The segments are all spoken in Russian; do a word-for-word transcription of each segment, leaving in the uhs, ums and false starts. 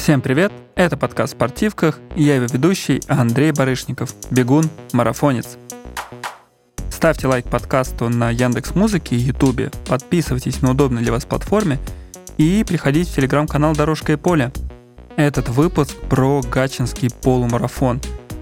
Всем привет! Это подкаст в «Спортивках», и я его ведущий Андрей Барышников, бегун, марафонец. Ставьте лайк подкасту на Яндекс.Музыке и Ютубе, подписывайтесь на удобной для вас платформе и приходите в телеграм-канал «Дорожка и поле». Этот выпуск про гатчинский полумарафон.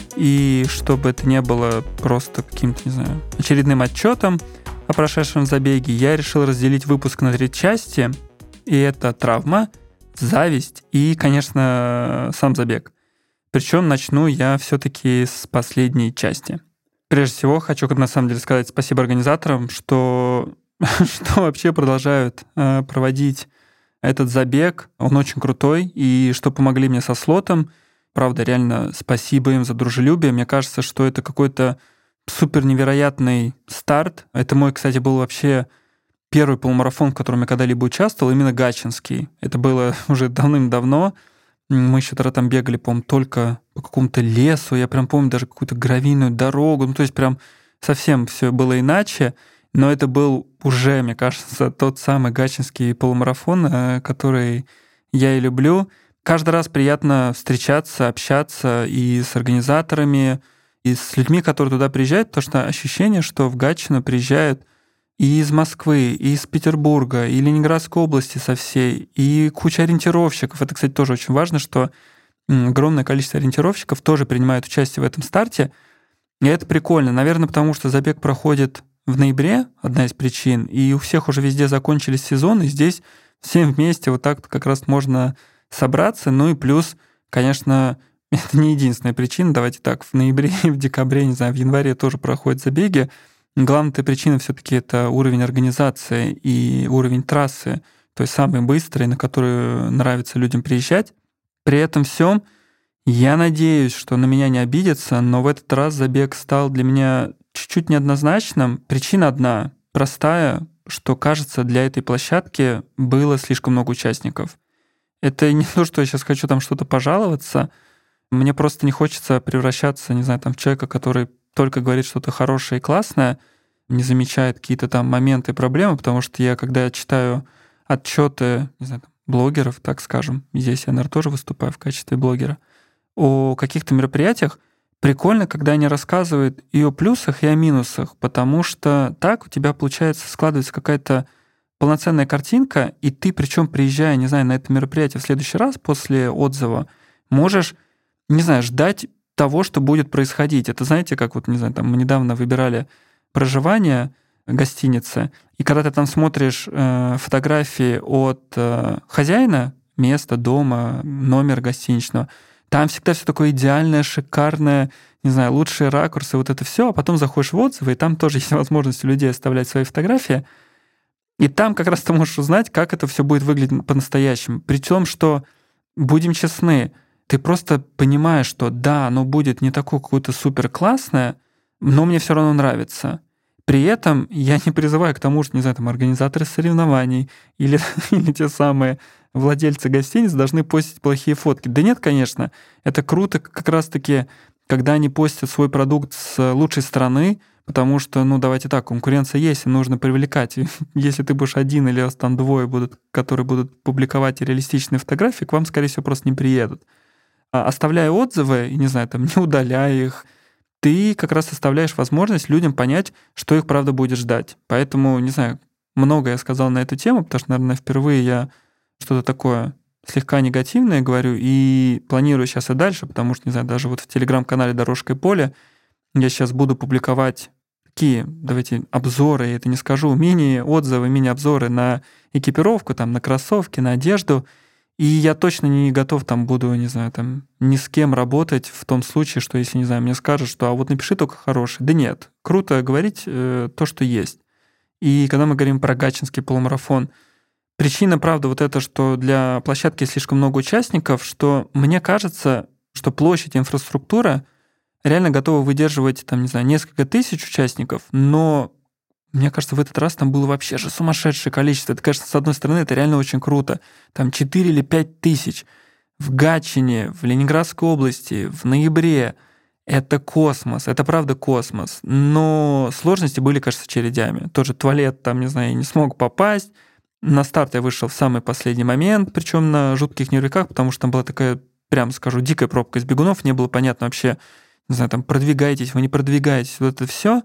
И чтобы это не было просто каким-то, не знаю, очередным отчетом о прошедшем забеге, я решил разделить выпуск на три части. И это травма, зависть и, конечно, сам забег. Причем начну я все-таки с последней части. Прежде всего, хочу на самом деле сказать спасибо организаторам, что, что вообще продолжают э, проводить этот забег. Он очень крутой, и что помогли мне со слотом. Правда, реально спасибо им за дружелюбие. Мне кажется, что это какой-то супер невероятный старт. Это мой, кстати, был вообще первый полумарафон, в котором я когда-либо участвовал, именно гатчинский. Это было уже давным-давно. Мы еще тогда там бегали, по-моему, только по какому-то лесу. Я прям помню даже какую-то гравийную дорогу. Ну, то есть прям совсем все было иначе. Но это был уже, мне кажется, тот самый гатчинский полумарафон, который я и люблю. Каждый раз приятно встречаться, общаться и с организаторами, и с людьми, которые туда приезжают, потому что ощущение, что в Гатчину приезжают и из Москвы, и из Петербурга, и Ленинградской области со всей, и куча ориентировщиков. Это, кстати, тоже очень важно, что огромное количество ориентировщиков тоже принимают участие в этом старте. И это прикольно. Наверное, потому что забег проходит в ноябре, одна из причин, и у всех уже везде закончились сезоны, и здесь всем вместе вот так как раз можно собраться. Ну и плюс, конечно, это не единственная причина. Давайте так, в ноябре и в декабре, не знаю, в январе тоже проходят забеги. Главная причина все-таки это уровень организации и уровень трассы, то есть самый быстрый, на который нравится людям приезжать. При этом всем я надеюсь, что на меня не обидятся, но в этот раз забег стал для меня чуть-чуть неоднозначным. Причина одна, простая, что, кажется, для этой площадки было слишком много участников. Это не то, что я сейчас хочу там что-то пожаловаться. Мне просто не хочется превращаться, не знаю, там, в человека, который только говорит что-то хорошее и классное, не замечает какие-то там моменты и проблемы, потому что я, когда читаю отчеты, не знаю, там, блогеров, так скажем, здесь я, наверное, тоже выступаю в качестве блогера, о каких-то мероприятиях, прикольно, когда они рассказывают и о плюсах, и о минусах, потому что так у тебя, получается, складывается какая-то полноценная картинка, и ты, причем приезжая, не знаю, на это мероприятие в следующий раз после отзыва, можешь, не знаю, ждать того, что будет происходить. Это, знаете, как вот, не знаю, там мы недавно выбирали проживание гостиницы, и когда ты там смотришь э, фотографии от э, хозяина места, дома, номера гостиничного, там всегда все такое идеальное, шикарное, не знаю, лучшие ракурсы, вот это все, а потом заходишь в отзывы, и там тоже есть возможность у людей оставлять свои фотографии, и там как раз ты можешь узнать, как это все будет выглядеть по-настоящему. При том, что, будем честны, ты просто понимаешь, что да, оно будет не такое какое-то супер классное, но мне все равно нравится. При этом я не призываю к тому, что, не знаю, там организаторы соревнований или, или те самые владельцы гостиниц должны постить плохие фотки. Да нет, конечно, это круто как раз-таки, когда они постят свой продукт с лучшей стороны, потому что, ну, давайте так, конкуренция есть, и нужно привлекать. Если ты будешь один или там двое будут, которые будут публиковать реалистичные фотографии, к вам, скорее всего, просто не приедут. Оставляя отзывы, не знаю, там, не удаляя их, ты как раз оставляешь возможность людям понять, что их правда будет ждать. Поэтому, не знаю, много я сказал на эту тему, потому что, наверное, впервые я что-то такое слегка негативное говорю и планирую сейчас и дальше, потому что, не знаю, даже вот в телеграм-канале «Дорожка и поле» я сейчас буду публиковать такие, давайте, обзоры, я это не скажу, мини-отзывы, мини-обзоры на экипировку, там, на кроссовки, на одежду. И я точно не готов там буду, не знаю, там ни с кем работать в том случае, что если, не знаю, мне скажут, что а вот напиши только хороший. Да нет, круто говорить э, то, что есть. И когда мы говорим про гатчинский полумарафон, причина, правда, вот это, что для площадки слишком много участников, что мне кажется, что площадь и инфраструктура реально готовы выдерживать, там, не знаю, несколько тысяч участников, но мне кажется, в этот раз там было вообще же сумасшедшее количество. Это, кажется, с одной стороны, это реально очень круто. Там четыре или пять тысяч. В Гатчине, в Ленинградской области, в ноябре. Это космос, это правда космос. Но сложности были, кажется, очередями. Тот же туалет, там, не знаю, я не смог попасть. На старт я вышел в самый последний момент, причем на жутких нервиках, потому что там была такая, прямо скажу, дикая пробка из бегунов, не было понятно вообще, не знаю, там продвигаетесь, вы не продвигаетесь, вот это все.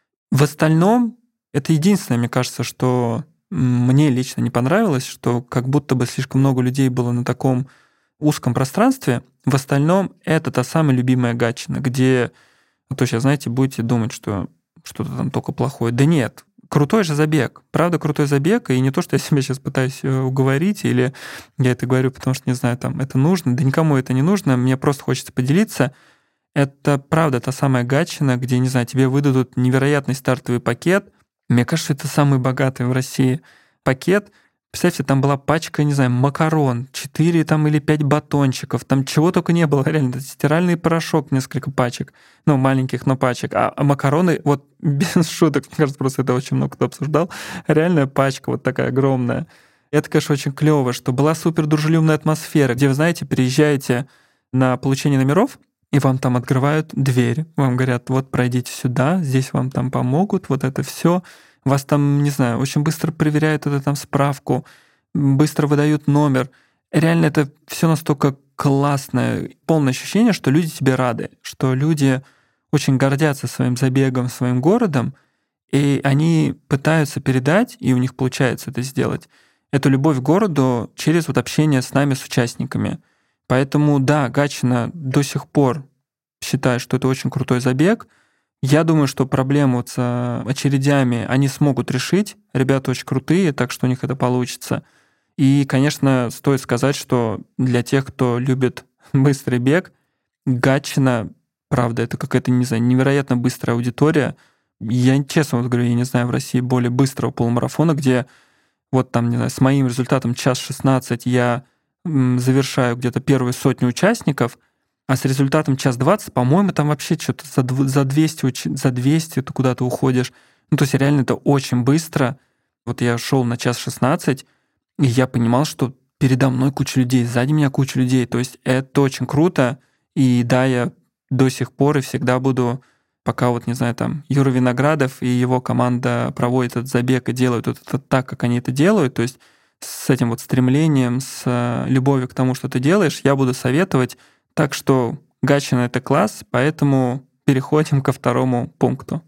В остальном, это единственное, мне кажется, что мне лично не понравилось, что как будто бы слишком много людей было на таком узком пространстве. В остальном, это та самая любимая Гатчина, где, а то сейчас, знаете, будете думать, что что-то там только плохое. Да нет, крутой же забег. Правда, крутой забег, и не то, что я себя сейчас пытаюсь уговорить, или я это говорю, потому что, не знаю, там, это нужно, да никому это не нужно, мне просто хочется поделиться. Это правда та самая Гатчина, где, не знаю, тебе выдадут невероятный стартовый пакет. Мне кажется, это самый богатый в России пакет. Представьте, там была пачка, не знаю, макарон, четыре там или пять батончиков, там чего только не было, реально, стиральный порошок, несколько пачек, ну, маленьких, но пачек, а, а макароны, вот без шуток, мне кажется, просто это очень много кто обсуждал, реальная пачка вот такая огромная. Это, конечно, очень клево, что была супер дружелюбная атмосфера, где, вы знаете, приезжаете на получение номеров, и вам там открывают дверь, вам говорят, вот пройдите сюда, здесь вам там помогут, вот это все. Вас там, не знаю, очень быстро проверяют эту там справку, быстро выдают номер. Реально это все настолько классное, полное ощущение, что люди тебе рады, что люди очень гордятся своим забегом, своим городом, и они пытаются передать, и у них получается это сделать, эту любовь к городу через вот общение с нами, с участниками. Поэтому, да, Гатчина до сих пор считает, что это очень крутой забег. Я думаю, что проблему вот с очередями они смогут решить. Ребята очень крутые, так что у них это получится. И, конечно, стоит сказать, что для тех, кто любит быстрый бег, Гатчина, правда, это какая-то, не знаю, невероятно быстрая аудитория. Я честно вот говорю, я не знаю в России более быстрого полумарафона, где вот там, не знаю, с моим результатом час шестнадцать я завершаю где-то первую сотню участников, а с результатом час двадцать, по-моему, там вообще что-то за, за двести, за двести ты куда-то уходишь. Ну, то есть реально это очень быстро. Вот я шел на час шестнадцать, и я понимал, что передо мной куча людей, сзади меня куча людей. То есть это очень круто. И да, я до сих пор и всегда буду, пока вот, не знаю, там, Юра Виноградов и его команда проводят этот забег и делают это так, как они это делают, то есть с этим вот стремлением, с любовью к тому, что ты делаешь, я буду советовать. Так что Гатчина — это класс, поэтому переходим ко второму пункту.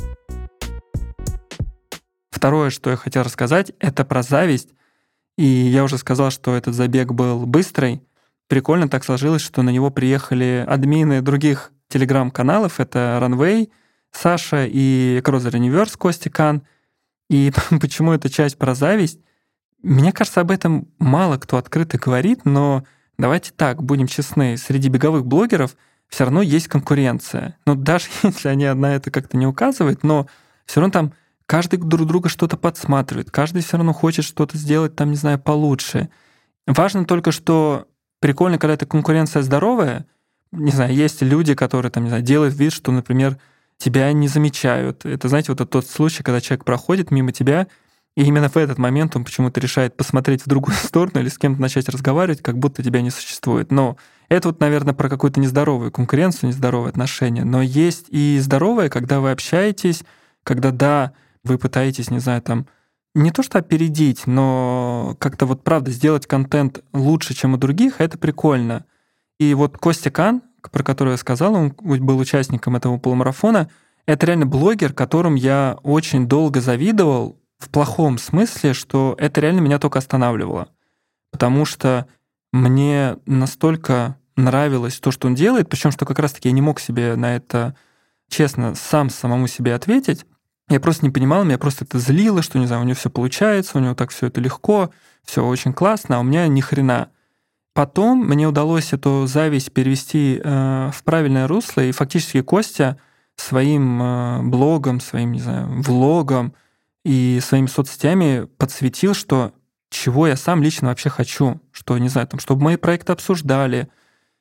Второе, что я хотел рассказать, это про зависть. И я уже сказал, что этот забег был быстрый. Прикольно так сложилось, что на него приехали админы других телеграм-каналов. Это Runway, Саша и Cruiser Universe, Костя Кан. И почему эта часть про зависть? Мне кажется, об этом мало кто открыто говорит, но давайте так, будем честны, среди беговых блогеров все равно есть конкуренция. Ну, даже если они на это как-то не указывают, но все равно там каждый друг друга что-то подсматривает, каждый все равно хочет что-то сделать там, не знаю, получше. Важно только, что прикольно, когда эта конкуренция здоровая. Не знаю, есть люди, которые там, не знаю, делают вид, что, например, тебя не замечают. Это, знаете, вот тот случай, когда человек проходит мимо тебя, и именно в этот момент он почему-то решает посмотреть в другую сторону или с кем-то начать разговаривать, как будто тебя не существует. Но это вот, наверное, про какую-то нездоровую конкуренцию, нездоровые отношения. Но есть и здоровое, когда вы общаетесь, когда, да, вы пытаетесь, не знаю, там, не то что опередить, но как-то вот, правда, сделать контент лучше, чем у других, это прикольно. И вот Костя Кан, про которого я сказал, он был участником этого полумарафона, это реально блогер, которым я очень долго завидовал, в плохом смысле, что это реально меня только останавливало. Потому что мне настолько нравилось то, что он делает, причем что как раз-таки я не мог себе на это, честно, сам самому себе ответить. Я просто не понимал, меня просто это злило, что, не знаю, у него все получается, у него так все это легко, все очень классно, а у меня ни хрена. Потом мне удалось эту зависть перевести э, в правильное русло, и фактически Костя своим э, блогом, своим, не знаю, влогом и своими соцсетями подсветил, что чего я сам лично вообще хочу, что, не знаю, там, чтобы мои проекты обсуждали.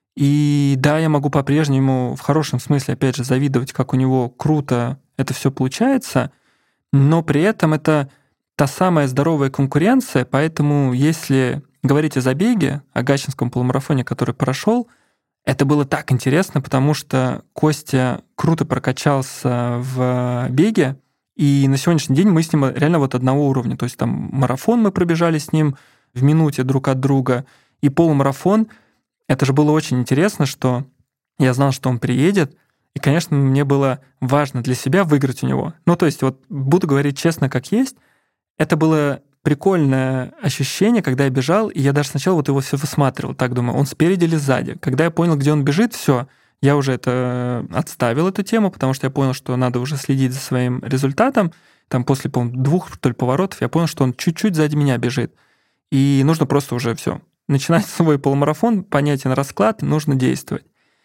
И да, я могу по-прежнему в хорошем смысле, опять же, завидовать, как у него круто это все получается, но при этом это та самая здоровая конкуренция, поэтому если говорить о забеге, о гатчинском полумарафоне, который прошел, это было так интересно, потому что Костя круто прокачался в беге, И на сегодняшний день мы с ним реально вот одного уровня. То есть там марафон мы пробежали с ним в минуте друг от друга, и полумарафон. Это же было очень интересно, что я знал, что он приедет, и, конечно, мне было важно для себя выиграть у него. Ну, то есть вот буду говорить честно, как есть. Это было прикольное ощущение, когда я бежал, и я даже сначала вот его все высматривал, так думаю, он спереди или сзади. Когда я понял, где он бежит, все, я уже это отставил, эту тему, потому что я понял, что надо уже следить за своим результатом. Там после, по-моему, двух, что ли, поворотов я понял, что он чуть-чуть сзади меня бежит. И нужно просто уже все начинать свой полумарафон, понятен расклад, нужно действовать.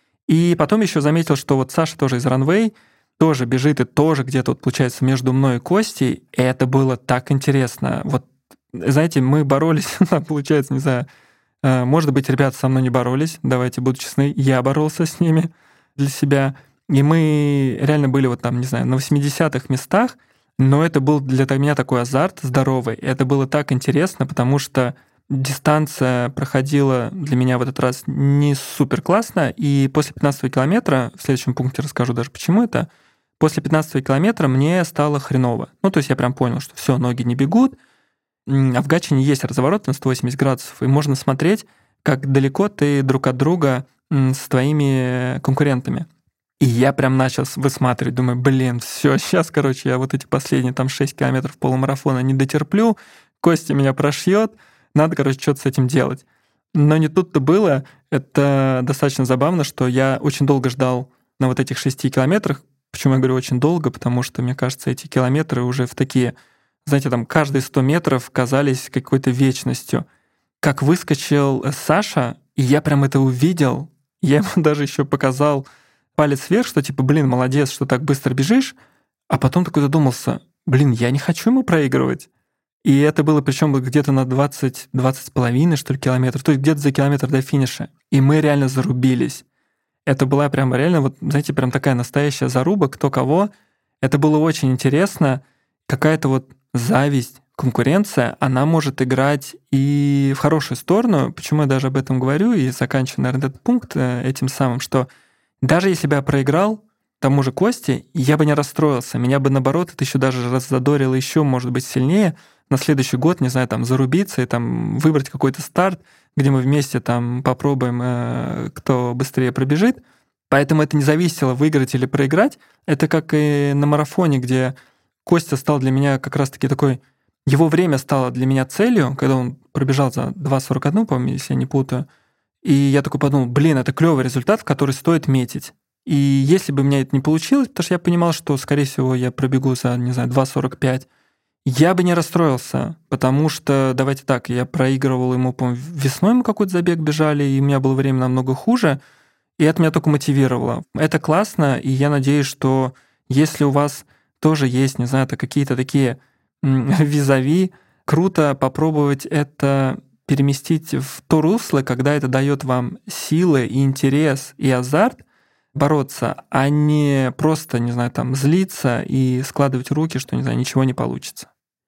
И потом еще заметил, что вот Саша тоже из Runway, тоже бежит и тоже где-то, вот, получается, между мной и Костей, и это было так интересно. Вот, знаете, мы боролись, получается, не знаю, может быть, ребята со мной не боролись, давайте буду честны, я боролся с ними для себя, и мы реально были вот там, не знаю, на восьмидесятых местах, но это был для меня такой азарт здоровый, это было так интересно, потому что дистанция проходила для меня в этот раз не супер классно, и после пятнадцатого километра, в следующем пункте расскажу даже почему это, после пятнадцатого километра мне стало хреново. Ну, то есть я прям понял, что все, ноги не бегут, а в Гатчине есть разворот на сто восемьдесят градусов, и можно смотреть, как далеко ты друг от друга с твоими конкурентами. И я прям начал высматривать, думаю, блин, все, сейчас, короче, я вот эти последние там шесть километров полумарафона не дотерплю, Костя меня прошьет, надо, короче, что-то с этим делать. Но не тут-то было. Это достаточно забавно, что я очень долго ждал на вот этих шести километрах. Почему я говорю очень долго? Потому что, мне кажется, эти километры уже в такие, знаете, там каждые сто метров казались какой-то вечностью. Как выскочил Саша, и я прям это увидел. Я ему даже еще показал палец вверх, что типа, блин, молодец, что так быстро бежишь. А потом такой задумался, блин, я не хочу ему проигрывать. И это было причем где-то на двадцать, двадцать с половиной, что ли, километров, то есть где-то за километр до финиша. И мы реально зарубились. Это была прям реально, вот, знаете, прям такая настоящая заруба, кто кого. Это было очень интересно. Какая-то вот зависть, конкуренция, она может играть и в хорошую сторону. Почему я даже об этом говорю и заканчиваю, наверное, этот пункт этим самым, что даже если бы я проиграл тому же Косте, я бы не расстроился. Меня бы, наоборот, это еще даже раззадорило еще, может быть, сильнее на следующий год, не знаю, там, зарубиться и там выбрать какой-то старт, где мы вместе там попробуем, э, кто быстрее пробежит. Поэтому это не зависело, выиграть или проиграть. Это как и на марафоне, где Костя стал для меня как раз-таки такой... Его время стало для меня целью, когда он пробежал за два сорок один, по-моему, если я не путаю. И я такой подумал, блин, это клевый результат, в который стоит метить. И если бы у меня это не получилось, потому что я понимал, что, скорее всего, я пробегу за, не знаю, два сорок пять, я бы не расстроился, потому что, давайте так, я проигрывал ему, по-моему, весной мы какой-то забег бежали, и у меня было время намного хуже, и это меня только мотивировало. Это классно, и я надеюсь, что если у вас тоже есть, не знаю, какие-то такие визави, круто попробовать это переместить в то русло, когда это дает вам силы и интерес и азарт бороться, а не просто, не знаю, там злиться и складывать руки, что, не знаю, ничего не получится.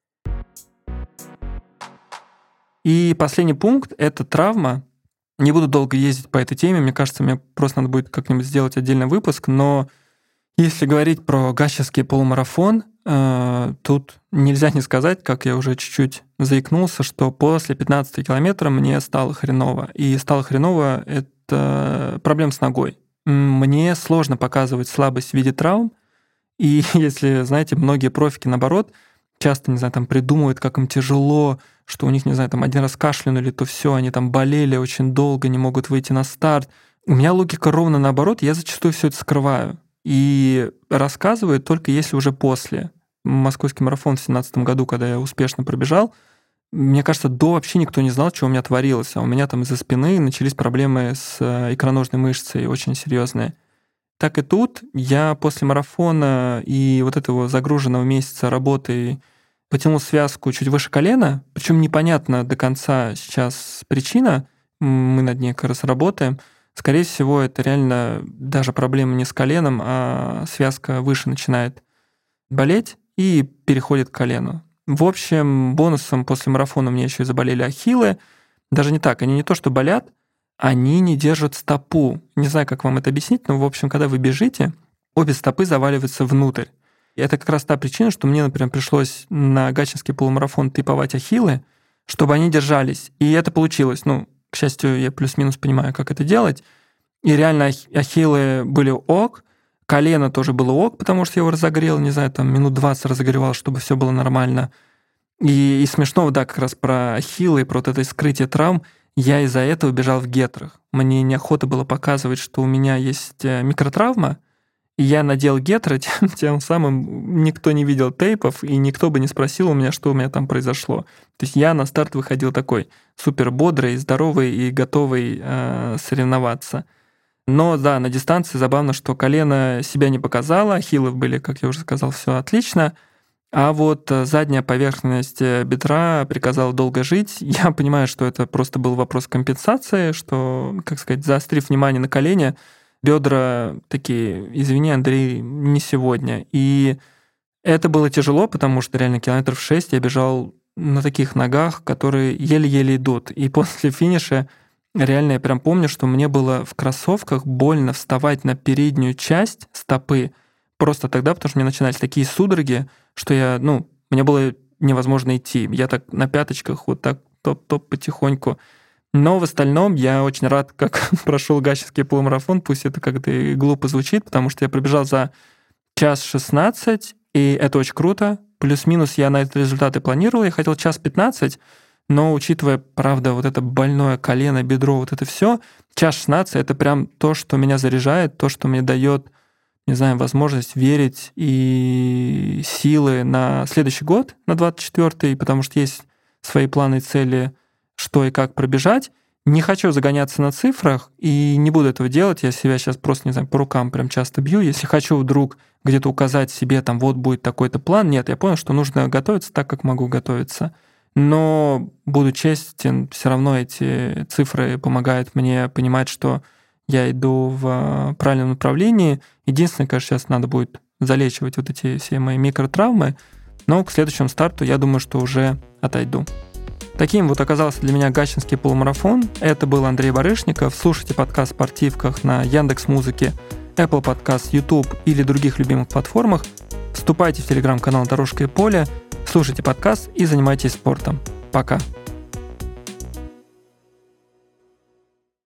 И последний пункт — это травма. Не буду долго ездить по этой теме, мне кажется, мне просто надо будет как-нибудь сделать отдельный выпуск, но если говорить про гатчинский полумарафон, э, тут нельзя не сказать, как я уже чуть-чуть заикнулся, что после пятнадцатого километра мне стало хреново. И стало хреново — это проблем с ногой. Мне сложно показывать слабость в виде травм, и если, знаете, многие профики, наоборот, часто, не знаю, там придумывают, как им тяжело, что у них, не знаю, там один раз кашлянули, то все, они там болели очень долго, не могут выйти на старт. У меня логика ровно наоборот, я зачастую все это скрываю. И рассказываю только если уже после. Московский марафон в две тысячи семнадцатом году, когда я успешно пробежал, мне кажется, до вообще никто не знал, что у меня творилось. А у меня там из-за спины начались проблемы с икроножной мышцей очень серьезные. Так и тут я после марафона и вот этого загруженного месяца работы потянул связку чуть выше колена, причем непонятно до конца сейчас причина, мы над ней как раз работаем. Скорее всего, это реально даже проблема не с коленом, а связка выше начинает болеть и переходит к колену. В общем, бонусом после марафона у меня еще и заболели ахиллы. Даже не так, они не то что болят, они не держат стопу. Не знаю, как вам это объяснить, но, в общем, когда вы бежите, обе стопы заваливаются внутрь. И это как раз та причина, что мне, например, пришлось на гатчинский полумарафон тейповать ахиллы, чтобы они держались. И это получилось. Ну, к счастью, я плюс-минус понимаю, как это делать. И реально ахиллы были ок, колено тоже было ок, потому что я его разогрел, не знаю, там минут двадцать разогревал, чтобы все было нормально. И, и смешно, да, как раз про ахиллы и про вот это скрытие травм. Я из-за этого бежал в гетрах. Мне неохота было показывать, что у меня есть микротравма, и я надел гетры, тем, тем самым никто не видел тейпов, и никто бы не спросил у меня, что у меня там произошло. То есть я на старт выходил такой супер бодрый, здоровый и готовый э, соревноваться. Но да, на дистанции забавно, что колено себя не показало, ахиллы были, как я уже сказал, все отлично, а вот задняя поверхность бедра приказала долго жить. Я понимаю, что это просто был вопрос компенсации, что, как сказать, заострив внимание на колене, бедра такие: извини, Андрей, не сегодня. И это было тяжело, потому что реально километров шесть я бежал на таких ногах, которые еле-еле идут. И после финиша реально я прям помню, что мне было в кроссовках больно вставать на переднюю часть стопы просто тогда, потому что мне начинались такие судороги, что я, ну, мне было невозможно идти. Я так на пяточках вот так топ-топ потихоньку. Но в остальном я очень рад, как прошел гатчинский полумарафон, пусть это как-то и глупо звучит, потому что я пробежал за час шестнадцать, и это очень круто. Плюс-минус я на этот результат и планировал, я хотел час пятнадцать, но учитывая, правда, вот это больное колено, бедро, вот это все, час шестнадцать — это прям то, что меня заряжает, то, что мне дает, не знаю, возможность верить и силы на следующий год, на двадцать четвёртый, потому что есть свои планы и цели, что и как пробежать. Не хочу загоняться на цифрах и не буду этого делать. Я себя сейчас просто, не знаю, по рукам прям часто бью. Если хочу вдруг где-то указать себе, там, вот будет такой-то план, нет, я понял, что нужно готовиться так, как могу готовиться. Но, буду честен, все равно эти цифры помогают мне понимать, что я иду в правильном направлении. Единственное, конечно, сейчас надо будет залечивать вот эти все мои микротравмы, но к следующему старту, я думаю, что уже отойду. Таким вот оказался для меня гатчинский полумарафон. Это был Андрей Барышников. Слушайте подкаст в спортивках на Яндекс.Музыке, Apple Podcast, YouTube или других любимых платформах. Вступайте в телеграм-канал «Дорожка и поле», слушайте подкаст и занимайтесь спортом. Пока.